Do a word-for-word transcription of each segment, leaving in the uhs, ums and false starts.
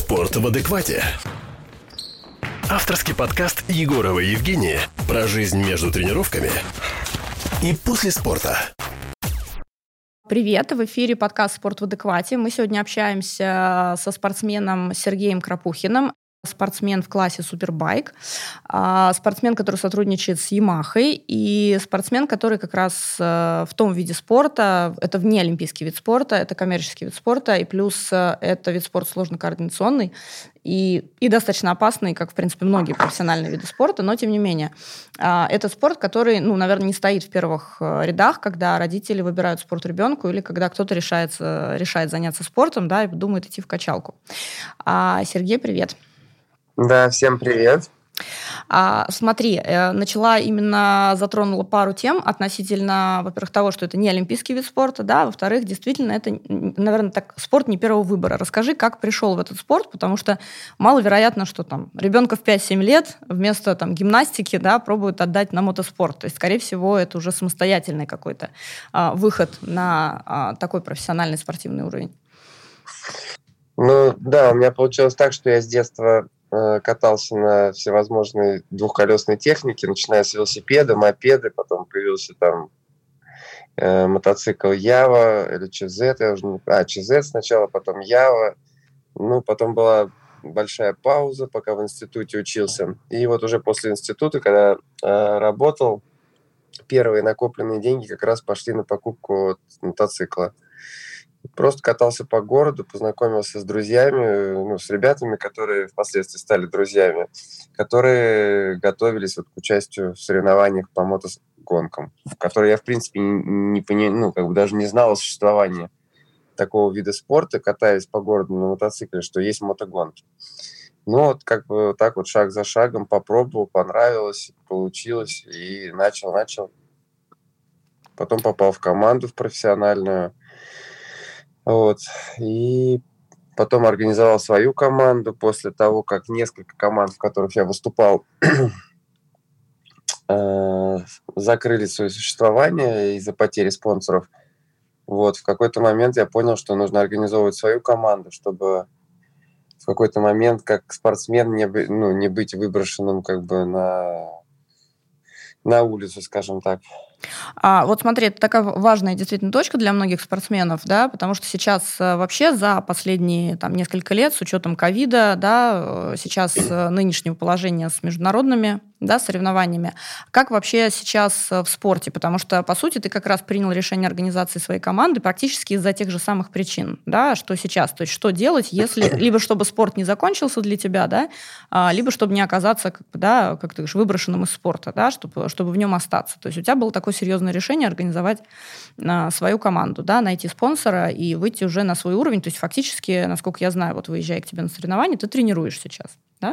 Спорт в адеквате. Авторский подкаст Егорова Евгения про жизнь между тренировками и после спорта. Привет, в эфире подкаст «Спорт в адеквате». Мы сегодня общаемся со спортсменом Сергеем Крапухиным. Спортсмен в классе супербайк, спортсмен, который сотрудничает с Ямахой, и спортсмен, который как раз в том виде спорта, это внеолимпийский вид спорта, это коммерческий вид спорта, и плюс это вид спорта сложно-координационный и, и достаточно опасный, как, в принципе, многие профессиональные виды спорта, но, тем не менее, это спорт, который, ну, наверное, не стоит в первых рядах, когда родители выбирают спорт ребенку или когда кто-то решается, решает заняться спортом, да, и думает идти в качалку. Сергей, привет. Да, всем привет. А, смотри, начала именно, затронула пару тем относительно, во-первых, того, что это не олимпийский вид спорта, да, во-вторых, действительно, это, наверное, так, спорт не первого выбора. Расскажи, как пришел в этот спорт, потому что маловероятно, что там ребенка в пять-семь лет вместо там гимнастики, да, пробуют отдать на мотоспорт. То есть, скорее всего, это уже самостоятельный какой-то а, выход на а, такой профессиональный спортивный уровень. Ну, да, у меня получилось так, что я с детства катался на всевозможные двухколесные техники, начиная с велосипеда, мопеда, потом появился там э, мотоцикл Ява или ЧЗ, я уже не... а, ЧЗ сначала, потом Ява, ну, потом была большая пауза, пока в институте учился, и вот уже после института, когда э, работал, первые накопленные деньги как раз пошли на покупку мотоцикла. Просто катался по городу, познакомился с друзьями, ну, с ребятами, которые впоследствии стали друзьями, которые готовились вот к участию в соревнованиях по мотогонкам, в которые я, в принципе, не, не пони, ну, как бы даже не знал о существовании такого вида спорта, катаясь по городу на мотоцикле, что есть мотогонки. Ну, вот как бы так вот шаг за шагом попробовал, понравилось, получилось, и начал-начал. Потом попал в команду, в профессиональную. Вот. И потом организовал свою команду после того, как несколько команд, в которых я выступал, закрыли свое существование из-за потери спонсоров. Вот. В какой-то момент я понял, что нужно организовывать свою команду, чтобы в какой-то момент как спортсмен не, ну, не быть выброшенным как бы на, на улицу, скажем так. А, вот смотри, это такая важная действительно точка для многих спортсменов, да, потому что сейчас вообще за последние там, несколько лет с учетом ковида, да, сейчас нынешнего положения с международными, да, соревнованиями, как вообще сейчас в спорте? Потому что, по сути, ты как раз принял решение организации своей команды практически из-за тех же самых причин, да, что сейчас, то есть что делать, если, либо чтобы спорт не закончился для тебя, да, либо чтобы не оказаться, как бы, да, как ты говоришь, выброшенным из спорта, да, чтобы, чтобы в нем остаться. То есть у тебя было такое серьезное решение организовать а, свою команду, да, найти спонсора и выйти уже на свой уровень. То есть фактически, насколько я знаю, вот выезжая к тебе на соревнования, ты тренируешь сейчас, да?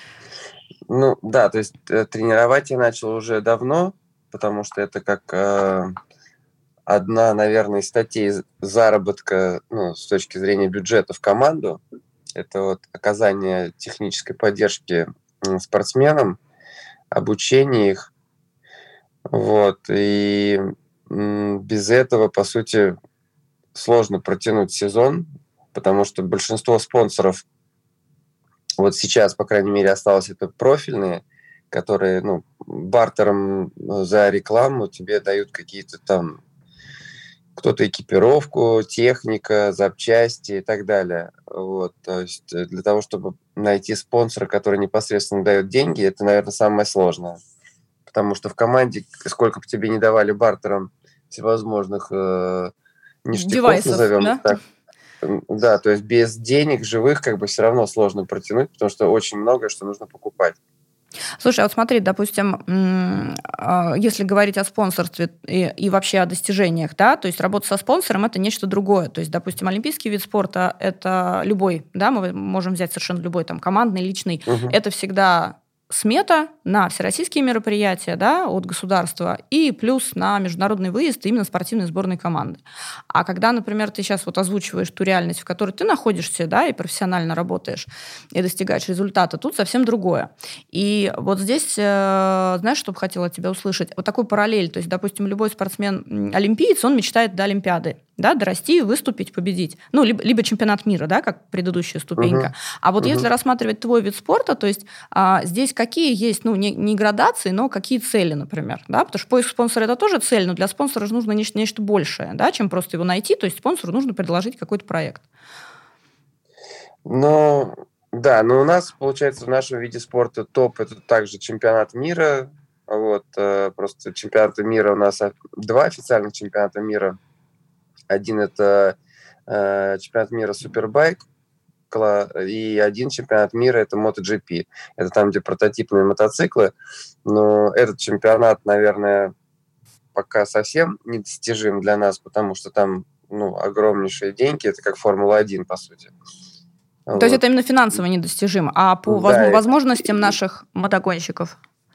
Ну, да, то есть э, тренировать я начал уже давно, потому что это как э, одна, наверное, из статей заработка, ну, с точки зрения бюджета в команду. Это вот оказание технической поддержки спортсменам, обучение их. Вот, и м, без этого, по сути, сложно протянуть сезон, потому что большинство спонсоров, вот сейчас, по крайней мере, осталось это профильные, которые, ну, бартером за рекламу тебе дают какие-то там, кто-то экипировку, техника, запчасти и так далее. Вот, то есть для того, чтобы найти спонсора, который непосредственно дает деньги, это, наверное, самое сложное. Потому что в команде, сколько бы тебе не давали бартером всевозможных э, ништяков, девайсов, назовем да? так, да, то есть без денег живых как бы все равно сложно протянуть, потому что очень многое, что нужно покупать. Слушай, а вот смотри, допустим, если говорить о спонсорстве и, и вообще о достижениях, да, то есть работа со спонсором – это нечто другое. То есть, допустим, олимпийский вид спорта – это любой, да, мы можем взять совершенно любой, там, командный, личный. Угу. Это всегда смета на всероссийские мероприятия, да, от государства и плюс на международный выезд именно спортивной сборной команды. А когда, например, ты сейчас вот озвучиваешь ту реальность, в которой ты находишься, да, и профессионально работаешь, и достигаешь результата, тут совсем другое. И вот здесь, э, знаешь, что бы хотела от тебя услышать? Вот такой параллель. То есть, допустим, любой спортсмен-олимпиец, он мечтает до Олимпиады. да, дорасти, выступить, победить. Ну, либо, либо чемпионат мира, да, как предыдущая ступенька. Uh-huh. А вот uh-huh. если рассматривать твой вид спорта, то есть а, здесь какие есть, ну, не, не градации, но какие цели, например, да, потому что поиск спонсора – это тоже цель, но для спонсора же нужно нечто, нечто большее, да, чем просто его найти, то есть спонсору нужно предложить какой-то проект. Ну, да, но у нас, получается, в нашем виде спорта топ – это также чемпионат мира. Вот, просто чемпионаты мира у нас два официальных чемпионата мира. Один – это чемпионат мира Супербайк, и один чемпионат мира – это MotoGP. Это там, где прототипные мотоциклы. Но этот чемпионат, наверное, пока совсем недостижим для нас, потому что там, ну, огромнейшие деньги. Это как Формула один, по сути. То вот. есть это именно финансово недостижимо. А по да, возможностям это... наших мотогонщиков?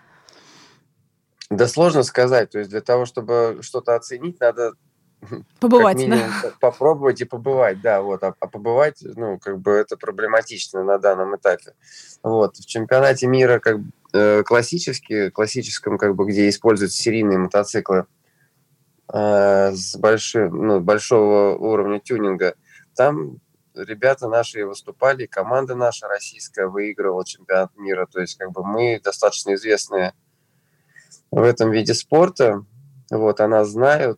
Да сложно сказать. То есть для того, чтобы что-то оценить, надо побывать, как минимум, да? попробовать и побывать. Да, вот. А, а побывать, ну, как бы это проблематично на данном этапе. Вот. В чемпионате мира как э, классически, классическом, как бы, где используются серийные мотоциклы э, с большим, ну, большого уровня тюнинга, там ребята наши выступали, команда наша российская выигрывала чемпионат мира. То есть как бы мы достаточно известные в этом виде спорта. Вот, о нас знают.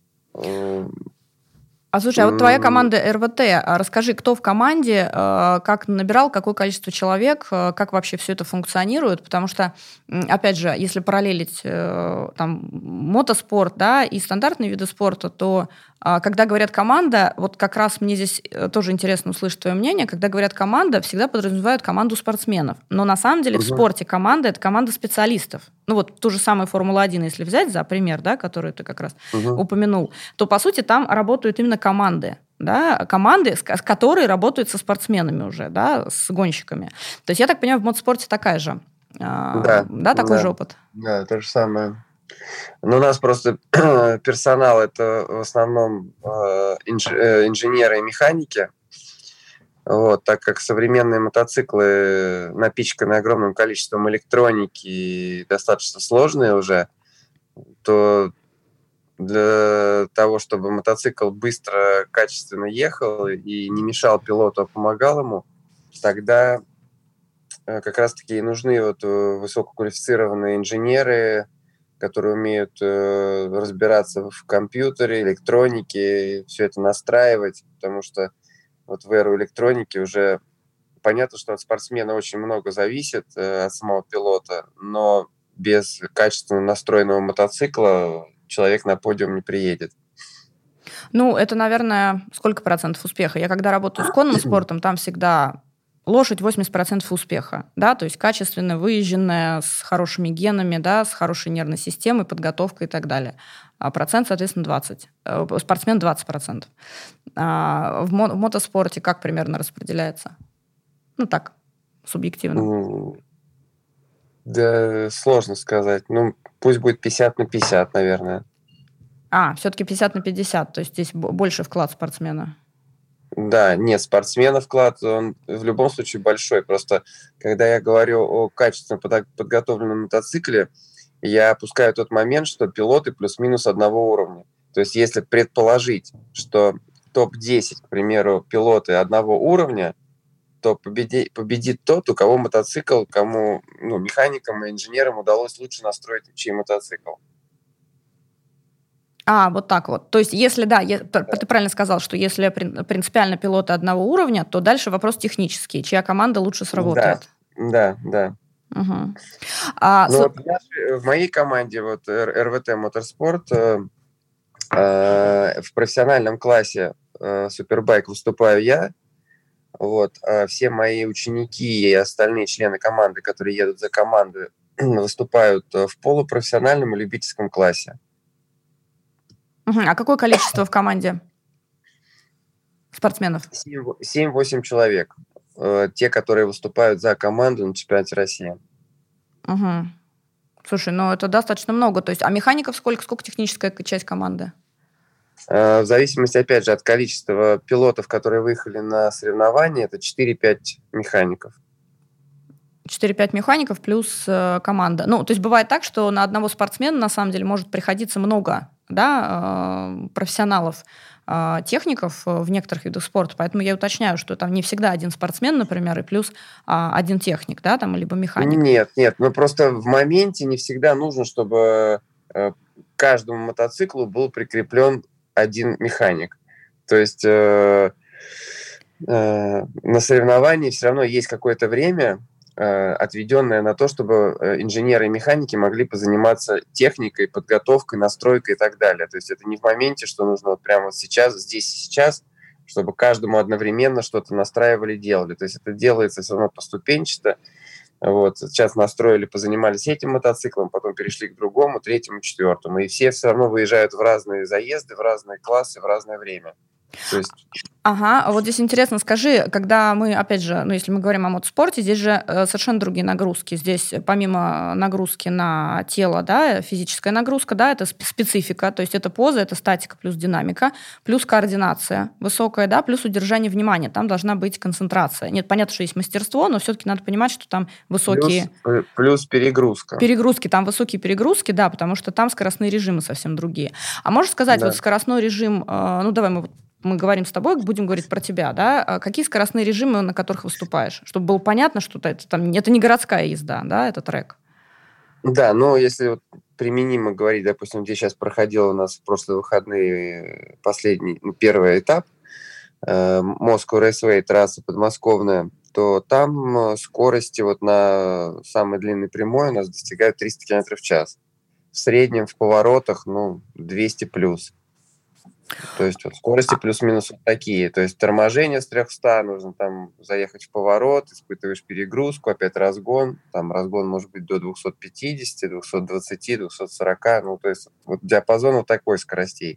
А слушай, а вот твоя команда эр вэ тэ, расскажи, кто в команде, как набирал, какое количество человек, как вообще все это функционирует, потому что, опять же, если параллелить там мотоспорт, да, и стандартные виды спорта, то когда говорят команда, вот как раз мне здесь тоже интересно услышать твое мнение, когда говорят команда, всегда подразумевают команду спортсменов, но на самом деле угу. в спорте команда – это команда специалистов. Ну вот ту же самую Формулу один, если взять за пример, да, который ты как раз угу. упомянул, то, по сути, там работают именно команды, да, команды, с которые работают со спортсменами уже, да, с гонщиками. То есть, я так понимаю, в мотоспорте такая же, да, да такой да, же опыт? Да, то же самое. Но у нас просто персонал – это в основном инж, инженеры и механики. Вот, так как современные мотоциклы напичканы огромным количеством электроники и достаточно сложные уже, то для того, чтобы мотоцикл быстро, качественно ехал и не мешал пилоту, а помогал ему, тогда как раз-таки и нужны вот высококвалифицированные инженеры, которые умеют э, разбираться в компьютере, электронике, все это настраивать, потому что вот в эру электроники уже понятно, что от спортсмена очень много зависит э, от самого пилота, но без качественно настроенного мотоцикла человек на подиум не приедет. Ну, это, наверное, сколько процентов успеха? Я когда работаю с конным спортом, там всегда лошадь восемьдесят процентов успеха, да, то есть качественная, выезженная, с хорошими генами, да, с хорошей нервной системой, подготовкой и так далее. А процент, соответственно, двадцать. Спортсмен двадцать процентов. А в, мо- в мотоспорте как примерно распределяется? Ну, так, субъективно. Да, сложно сказать. Ну, пусть будет пятьдесят на пятьдесят, наверное. А, все-таки пятьдесят на пятьдесят, то есть здесь больше вклад спортсмена. Да, нет, спортсмена вклад, он в любом случае большой. Просто, когда я говорю о качественно подготовленном мотоцикле, я опускаю тот момент, что пилоты плюс-минус одного уровня. То есть, если предположить, что топ десять, к примеру, пилоты одного уровня, то победи, победит тот, у кого мотоцикл, кому, ну, механикам и инженерам удалось лучше настроить чей мотоцикл. А, вот так вот. То есть, если, да, я, да, ты правильно сказал, что если принципиально пилоты одного уровня, то дальше вопрос технический, чья команда лучше сработает. Да, да, да. Угу. А, ну, с... вот в, нашей, в моей команде, вот эр вэ тэ Моторспорт, э, э, в профессиональном классе э, Супербайк выступаю я. Вот, а все мои ученики и остальные члены команды, которые едут за команду, выступают в полупрофессиональном и любительском классе. А какое количество в команде спортсменов? семь-восемь человек. Те, которые выступают за команду на чемпионате России. Угу. Слушай, ну это достаточно много. То есть, а механиков сколько? Сколько техническая часть команды? В зависимости, опять же, от количества пилотов, которые выехали на соревнования, это четыре-пять механиков. четыре-пять механиков плюс э, команда. Ну, то есть бывает так, что на одного спортсмена на самом деле может приходиться много да, профессионалов, техников в некоторых видах спорта, поэтому я уточняю, что там не всегда один спортсмен, например, и плюс один техник, да, там, либо механик. Нет, нет, ну просто в моменте не всегда нужно, чтобы к каждому мотоциклу был прикреплен один механик. То есть э, э, на соревновании все равно есть какое-то время, э, отведенное на то, чтобы инженеры и механики могли позаниматься техникой, подготовкой, настройкой и так далее. То есть это не в моменте, что нужно вот прямо вот сейчас, здесь и сейчас, чтобы каждому одновременно что-то настраивали, делали. То есть это делается все равно поступенчато. Вот. Сейчас настроили, позанимались этим мотоциклом, потом перешли к другому, третьему, четвертому. И все все равно выезжают в разные заезды, в разные классы, в разное время. То есть... Ага, а вот здесь интересно, скажи, когда мы, опять же, ну, если мы говорим о мотоспорте, здесь же э, совершенно другие нагрузки. Здесь помимо нагрузки на тело, да, физическая нагрузка, да, это специфика, то есть это поза, это статика плюс динамика, плюс координация высокая, да, плюс удержание внимания. Там должна быть концентрация. Нет, понятно, что есть мастерство, но все-таки надо понимать, что там высокие... Плюс, плюс перегрузка. Перегрузки, там высокие перегрузки, да, потому что там скоростные режимы совсем другие. А можешь сказать, да. вот скоростной режим, э, ну, давай мы... Мы говорим с тобой, будем говорить про тебя, да? Какие скоростные режимы, на которых выступаешь? Чтобы было понятно, что это, там, это не городская езда, да, это трек. Да, но если вот применимо говорить, допустим, где сейчас проходил у нас в прошлые выходные последний, ну, первый этап, э, Moscow Raceway, трасса подмосковная, то там скорости вот на самой длинной прямой у нас достигают триста километров в час. В среднем в поворотах, ну, двести плюс. То есть вот скорости плюс-минус вот такие. То есть торможение с трехсот, нужно там заехать в поворот, испытываешь перегрузку, опять разгон. Там разгон может быть до двести пятьдесят, двести двадцать, двести сорок. Ну, то есть вот диапазон вот такой скоростей.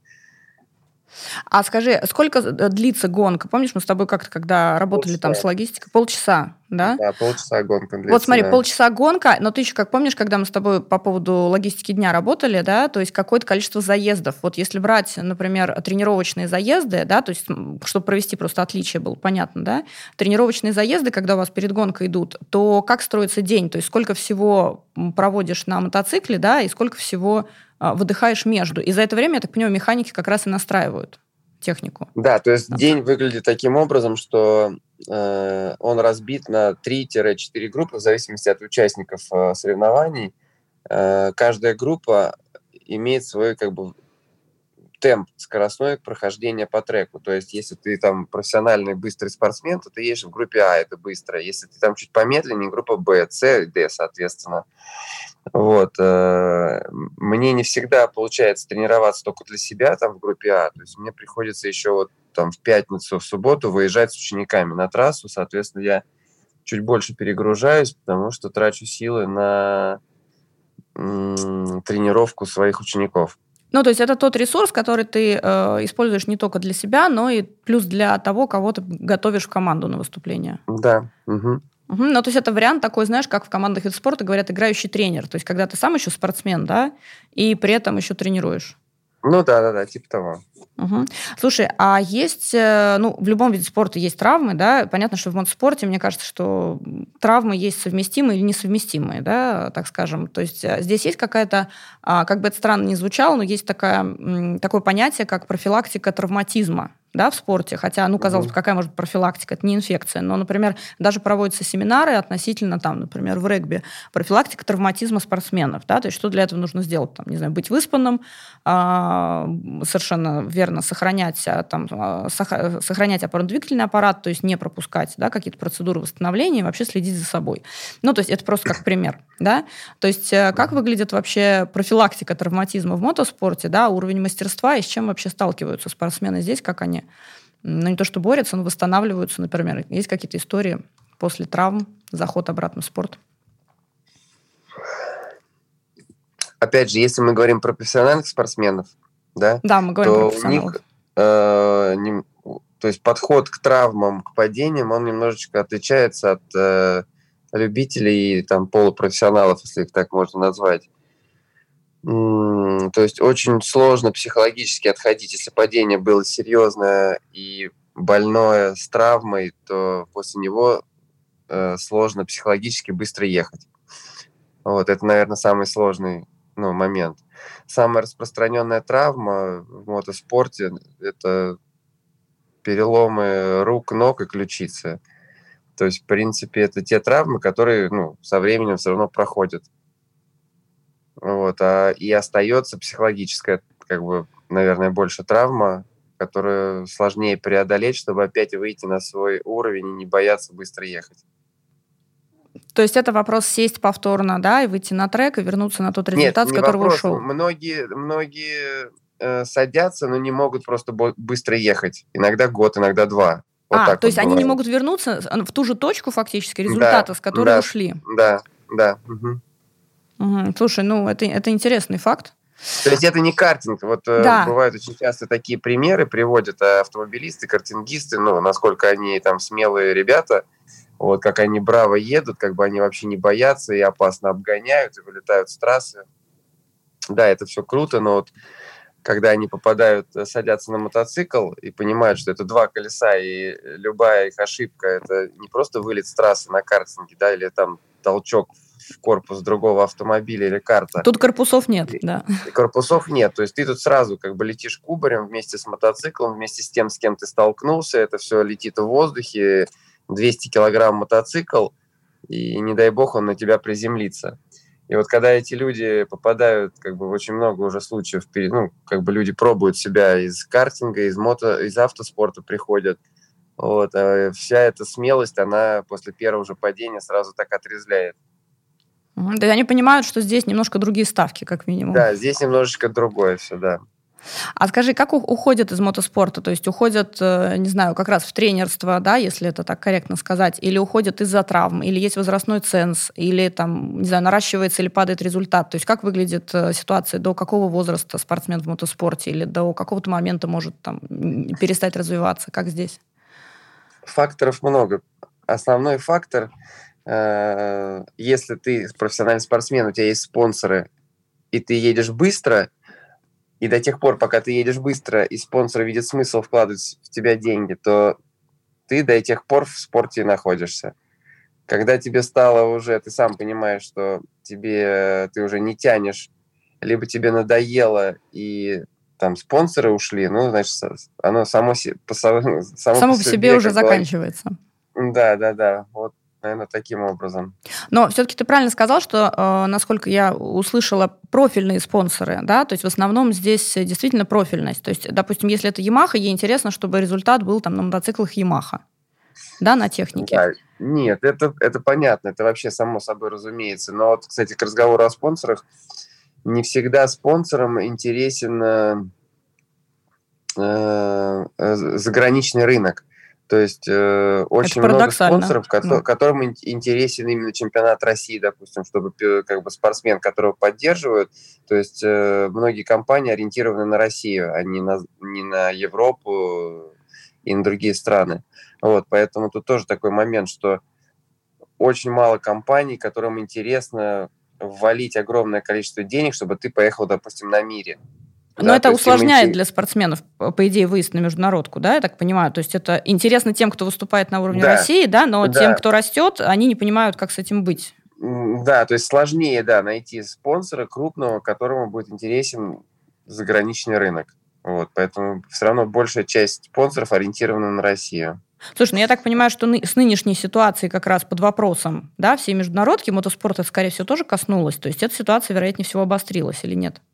А скажи, сколько длится гонка? Помнишь, мы с тобой как-то, когда работали полчаса. Там с логистикой, полчаса, да? Да, полчаса гонка длится. Вот смотри, да. полчаса гонка, но ты еще как помнишь, когда мы с тобой по поводу логистики дня работали, да, то есть какое-то количество заездов. Вот если брать, например, тренировочные заезды, да, то есть чтобы провести просто отличие было понятно, да, тренировочные заезды, когда у вас перед гонкой идут, то как строится день? То есть сколько всего проводишь на мотоцикле, да, и сколько всего выдыхаешь между. И за это время, я так понимаю, механики как раз и настраивают технику. Да, то есть так. День выглядит таким образом, что э, он разбит на три-четыре группы в зависимости от участников э, соревнований. Э, каждая группа имеет свой как бы темп скоростной прохождения по треку. То есть если ты там профессиональный быстрый спортсмен, то ты едешь в группе А, это быстро. Если ты там чуть помедленнее, группа Б, С, Д, соответственно. Вот. Мне не всегда получается тренироваться только для себя там в группе А. То есть мне приходится еще вот там в пятницу, в субботу выезжать с учениками на трассу. Соответственно, я чуть больше перегружаюсь, потому что трачу силы на м- тренировку своих учеников. Ну, то есть это тот ресурс, который ты э, используешь не только для себя, но и плюс для того, кого ты готовишь в команду на выступление. Да. Угу. Угу. Ну, то есть это вариант такой, знаешь, как в командах видов спорта говорят, играющий тренер. То есть когда ты сам еще спортсмен, да, и при этом еще тренируешь. Ну, да-да-да, типа того. Угу. Слушай, а есть, ну, в любом виде спорта есть травмы, да, понятно, что в мотоспорте, мне кажется, что травмы есть совместимые или несовместимые, да, так скажем, то есть здесь есть какая-то, как бы это странно ни звучало, но есть такая, такое понятие, как профилактика травматизма, да, в спорте, хотя, ну, казалось бы, какая может быть профилактика, это не инфекция, но, например, даже проводятся семинары относительно, там, например, в регби, профилактика травматизма спортсменов, да, то есть что для этого нужно сделать, там, не знаю, быть выспанным, а, совершенно верно сохранять, там, сохранять опорно-двигательный аппарат, то есть не пропускать, да, какие-то процедуры восстановления и вообще следить за собой. Ну, то есть это просто как пример, да, то есть как выглядит вообще профилактика травматизма в мотоспорте, да, уровень мастерства и с чем вообще сталкиваются спортсмены здесь, как они ну, не то что борются, но восстанавливаются, например. Есть какие-то истории после травм, заход обратно в спорт? Опять же, если мы говорим про профессиональных спортсменов, да, да мы говорим то про профессионалов. У них, э, не, то есть подход к травмам, к падениям, он немножечко отличается от э, любителей, там, полупрофессионалов, если их так можно назвать. То есть очень сложно психологически отходить. Если падение было серьезное и больное с травмой, то после него э, сложно психологически быстро ехать. Вот, это, наверное, самый сложный ну, момент. самая распространенная травма в мотоспорте – это переломы рук, ног и ключицы. То есть, в принципе, это те травмы, которые, ну, со временем все равно проходят. Вот, а, и остается психологическая, как бы, наверное, больше травма, которую сложнее преодолеть, чтобы опять выйти на свой уровень и не бояться быстро ехать. То есть это вопрос сесть повторно, да, и выйти на трек, и вернуться на тот результат, Нет, с не которого вопрос. ушел? Многие, многие э, садятся, но не могут просто бо- быстро ехать. Иногда год, иногда два. Вот А, так то вот есть они не бывает. могут вернуться в ту же точку фактически Да, результата, с которой да, ушли. да, да. Мгм. Мгм. Слушай, ну это, это интересный факт. То есть это не картинг. Вот э, Да, бывают очень часто такие примеры, приводят э, автомобилисты, картингисты, ну, насколько они там смелые ребята, вот как они браво едут, как бы они вообще не боятся и опасно обгоняют, и вылетают с трассы. Да, это все круто, но вот когда они попадают, э, садятся на мотоцикл и понимают, что это два колеса, и любая их ошибка – это не просто вылет с трассы на картинге, да, или там толчок в корпус другого автомобиля или карта. тут корпусов нет, И да. и корпусов нет. То есть ты тут сразу как бы летишь кубарем вместе с мотоциклом, вместе с тем, с кем ты столкнулся. Это все летит в воздухе, двести килограмм мотоцикл, и не дай бог он на тебя приземлится. И вот когда эти люди попадают, как бы очень много уже случаев, ну, как бы люди пробуют себя из картинга, из мото, из автоспорта приходят, вот, а вся эта смелость, она после первого же падения сразу так отрезвляет. Мгм. Да, они понимают, что здесь немножко другие ставки, как минимум. Да, здесь немножечко другое все, да. А скажи, как у- уходят из мотоспорта? То есть уходят, э, не знаю, как раз в тренерство, да, если это так корректно сказать, или уходят из-за травм, или есть возрастной ценз, или там, не знаю, наращивается или падает результат. То есть как выглядит э, ситуация, до какого возраста спортсмен в мотоспорте, или до какого-то момента может там м, перестать развиваться? Как здесь? Факторов много. Основной фактор, э, если ты профессиональный спортсмен, у тебя есть спонсоры, и ты едешь быстро, и до тех пор, пока ты едешь быстро, и спонсор видит смысл вкладывать в тебя деньги, то ты до тех пор в спорте находишься. Когда тебе стало уже, ты сам понимаешь, что тебе ты уже не тянешь, либо тебе надоело, и там спонсоры ушли, ну, значит, со- оно само, се- по, со- само по Само по себе себе, уже как бы, лог- заканчивается. да, да, да, вот, наверное, таким образом. Но все-таки ты правильно сказал, что, э, насколько я услышала, профильные спонсоры, да, то есть в основном здесь э, действительно профильность. То есть, допустим, если это Yamaha, ей интересно, чтобы результат был там на мотоциклах Yamaha, да, на технике. Да, нет, это, это понятно, это вообще само собой разумеется. Но вот, кстати, к разговору о спонсорах, не всегда спонсорам интересен э, э, заграничный рынок. То есть э, Это очень много парадоксально. спонсоров, кото- Ну, которым ин- интересен именно чемпионат России, допустим, чтобы пе- как бы спортсмен, которого поддерживают. То есть э, многие компании ориентированы на Россию, а не на, не на Европу и на другие страны. Вот, поэтому тут тоже такой момент, что очень мало компаний, которым интересно ввалить огромное количество денег, чтобы ты поехал, допустим, на мире. но Да, то это есть им усложняет интер- для спортсменов, по по идее, выезд на международку, да, я так понимаю. То есть это интересно тем, кто выступает на уровне Да, России, да, но тем, да, кто растет, они не понимают, как с этим быть. м, да, то есть сложнее, да, найти спонсора крупного, которому будет интересен заграничный рынок. Вот, поэтому все равно большая часть спонсоров ориентирована на Россию. Слушай, ну я так понимаю, что ны- с нынешней ситуацией как раз под вопросом, да, всей международки мотоспорта, скорее всего, тоже коснулась. То есть эта ситуация, вероятнее всего, обострилась или нет?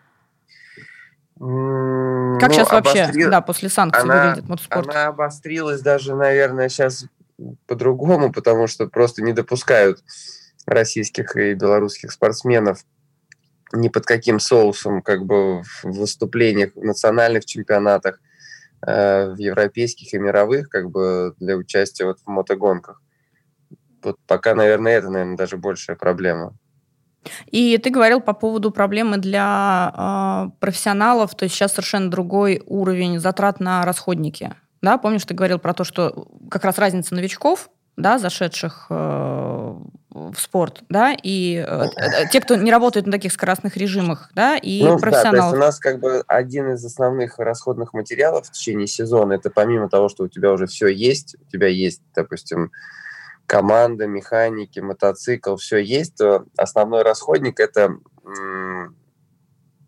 М, Как Ну, сейчас вообще, обостри... да, после санкций она, выглядит мотоспорт? она обострилась даже, наверное, сейчас по-другому, потому что просто не допускают российских и белорусских спортсменов ни под каким соусом как бы в выступлениях в национальных чемпионатах, э, в европейских и мировых, как бы для участия вот в мотогонках. Вот пока, наверное, это, наверное, даже большая проблема. И ты говорил по поводу проблемы для а, профессионалов, то есть сейчас совершенно другой уровень затрат на расходники. Да, помнишь, ты говорил про то, что как раз разница новичков, да, зашедших э, в спорт, да, и э, э, те, кто не работает на таких скоростных режимах, да, и Ну да, то есть у профессионалов. нас как бы один из основных расходных материалов в течение сезона, это помимо того, что у тебя уже все есть, у тебя есть, допустим, команда, механики, мотоцикл, все есть, то основной расходник это м,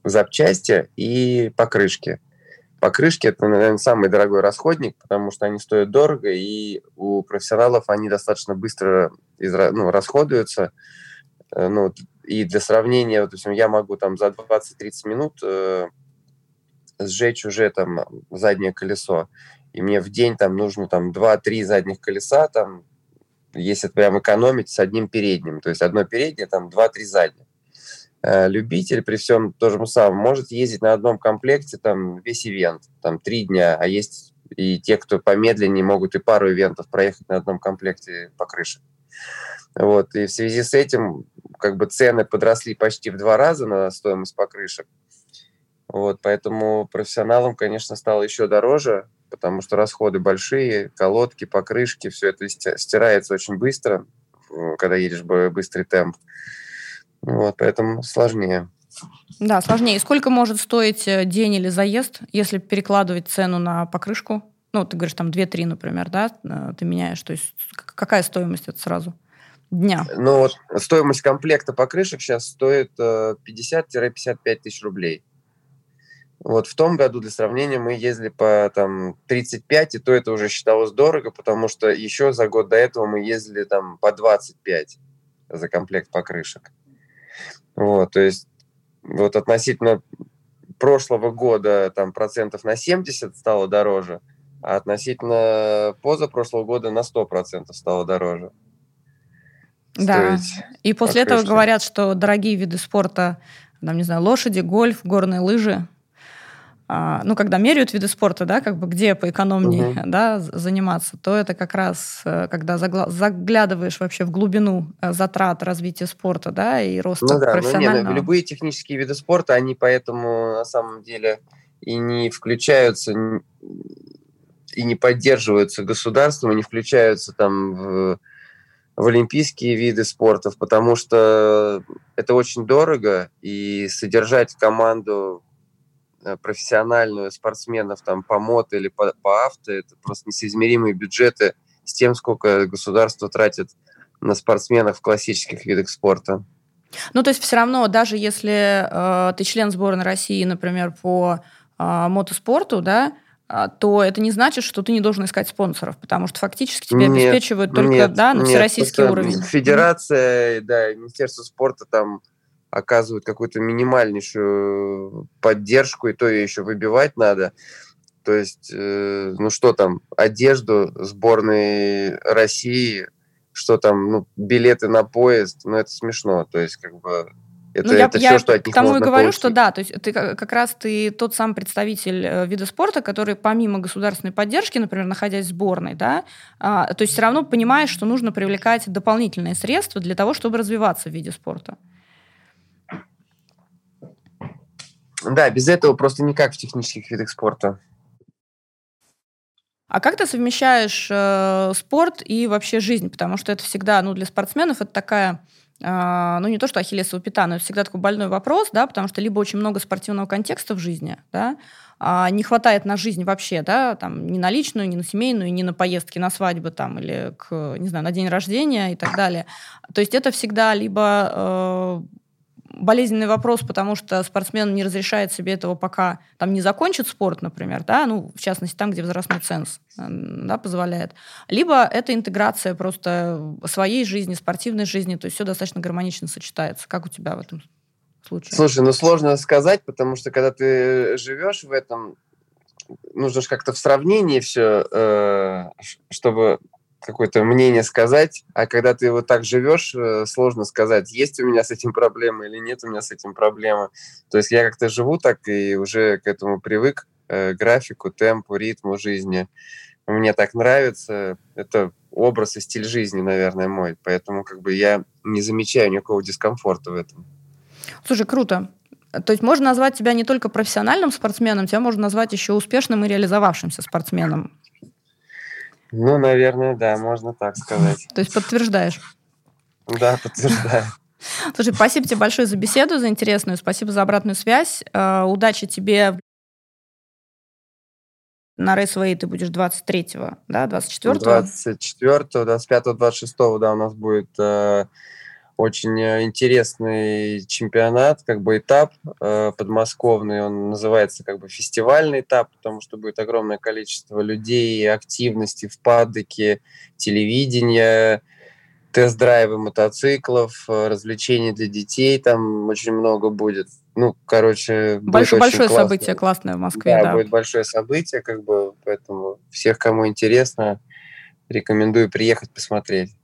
запчасти и покрышки. Покрышки – это, наверное, самый дорогой расходник, потому что они стоят дорого, и у профессионалов они достаточно быстро ну, расходуются. Ну, и для сравнения, вот, допустим, я могу там за двадцать-тридцать минут э, сжечь уже там заднее колесо. И мне в день там нужно там два-три задних колеса, там, если прям экономить, с одним передним. То есть одно переднее, там два-три задних. Э, любитель при всем том же самом может ездить на одном комплекте там весь ивент, там три дня, а есть и те, кто помедленнее, могут и пару ивентов проехать на одном комплекте покрышек. Вот. И в связи с этим как бы цены подросли почти в два раза на стоимость покрышек. Вот. Поэтому профессионалам, конечно, стало еще дороже, потому что расходы большие, колодки, покрышки, все это стирается очень быстро, когда едешь в быстрый темп. Вот. Поэтому сложнее. Да, сложнее. И сколько может стоить день или заезд, если перекладывать цену на покрышку? Ну, ты говоришь, там две-три, например, да, ты меняешь. То есть какая стоимость это сразу? Дня. Ну вот стоимость комплекта покрышек сейчас стоит пятьдесят-пятьдесят пять тысяч рублей. Вот в том году, для сравнения, мы ездили по там тридцать пять, и то это уже считалось дорого, потому что еще за год до этого мы ездили там по двадцать пять за комплект покрышек. Вот, то есть вот относительно прошлого года там процентов на семьдесят стало дороже, а относительно позапрошлого года на сто процентов стало дороже. Да, и после покрышки. Этого говорят, что дорогие виды спорта, там, не знаю, лошади, гольф, горные лыжи, а, ну, когда меряют виды спорта, да, как бы где поэкономнее, угу. да, заниматься, то это как раз, когда загла- заглядываешь вообще в глубину затрат развития спорта, да, и роста ну, да, профессионального. Ну, не, любые технические виды спорта, они поэтому на самом деле и не включаются, и не поддерживаются государством, и не включаются там в... в олимпийские виды спорта, потому что это очень дорого, и содержать команду профессиональную спортсменов там по мото или по, по авто, это просто несоизмеримые бюджеты с тем, сколько государство тратит на спортсменов в классических видах спорта. Ну, то есть все равно, даже если э, ты член сборной России, например, по э, мотоспорту, да, то это не значит, что ты не должен искать спонсоров, потому что фактически тебя нет, обеспечивают только нет, да, на нет, всероссийский уровень. Федерация, mm-hmm. да, Министерство спорта там оказывают какую-то минимальнейшую поддержку, и то ее еще выбивать надо. То есть, э, ну что там, одежду сборной России, что там, ну, билеты на поезд, ну это смешно, то есть как бы... Это, ну, я, это я все, что от них тому можно и говорю, получить. Что да, то есть ты как раз ты тот сам представитель вида спорта, который помимо государственной поддержки, например, находясь в сборной, да, а, то есть все равно понимаешь, что нужно привлекать дополнительные средства для того, чтобы развиваться в виде спорта. Да, без этого просто никак в технических видах спорта. А как ты совмещаешь э, спорт и вообще жизнь? Потому что это всегда, ну, для спортсменов это такая... ну, не то, что ахиллесова пята, но это всегда такой больной вопрос, да, потому что либо очень много спортивного контекста в жизни, да, а не хватает на жизнь вообще, да, там, ни на личную, ни на семейную, ни на поездки на свадьбы, там, или, к, не знаю, на день рождения и так далее. То есть это всегда либо э, болезненный вопрос, потому что спортсмен не разрешает себе этого, пока там не закончит спорт, например, да, ну, в частности, там, где возрастной ценз, да, позволяет. Либо это интеграция просто своей жизни, спортивной жизни, то есть все достаточно гармонично сочетается. Как у тебя в этом случае? Слушай, ну сложно сказать, потому что когда ты живешь в этом, нужно же как-то в сравнении все, э, чтобы какое-то мнение сказать, а когда ты вот так живешь, сложно сказать, есть у меня с этим проблемы или нет у меня с этим проблемы. То есть я как-то живу так и уже к этому привык, э, графику, темпу, ритму жизни. Мне так нравится. Это образ и стиль жизни, наверное, мой. Поэтому как бы я не замечаю никакого дискомфорта в этом. Слушай, круто. То есть можно назвать тебя не только профессиональным спортсменом, тебя можно назвать еще успешным и реализовавшимся спортсменом. Ну, наверное, да, можно так сказать. То есть подтверждаешь? Да, подтверждаю. Слушай, спасибо тебе большое за беседу, за интересную, спасибо за обратную связь. Удачи тебе. На Raceway ты будешь двадцать третьего, да, двадцать четвёртого? двадцать четвёртого, двадцать пятого, двадцать шестого, да, у нас будет э, очень интересный чемпионат, как бы этап э, подмосковный, он называется как бы фестивальный этап, потому что будет огромное количество людей, активности в паддоке, телевидения, тест-драйвы мотоциклов, развлечений для детей, там очень много будет. Ну, короче, Большое, будет большое очень событие классное в Москве, да, да. будет большое событие, как бы, поэтому всех, кому интересно, рекомендую приехать посмотреть.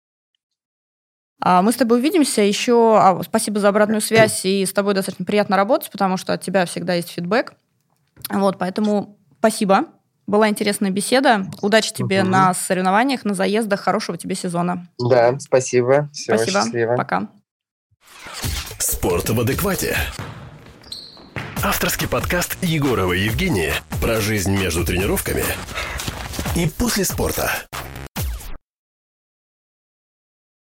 А мы с тобой увидимся еще. А, спасибо за обратную связь, и с тобой достаточно приятно работать, потому что от тебя всегда есть фидбэк. Вот, поэтому спасибо. Была интересная беседа. Удачи тебе Угу. на соревнованиях, на заездах. Хорошего тебе сезона. Да, спасибо. Всего Спасибо. счастливо. Пока. Спорт в адеквате. Авторский подкаст Егорова Евгения про жизнь между тренировками и после спорта.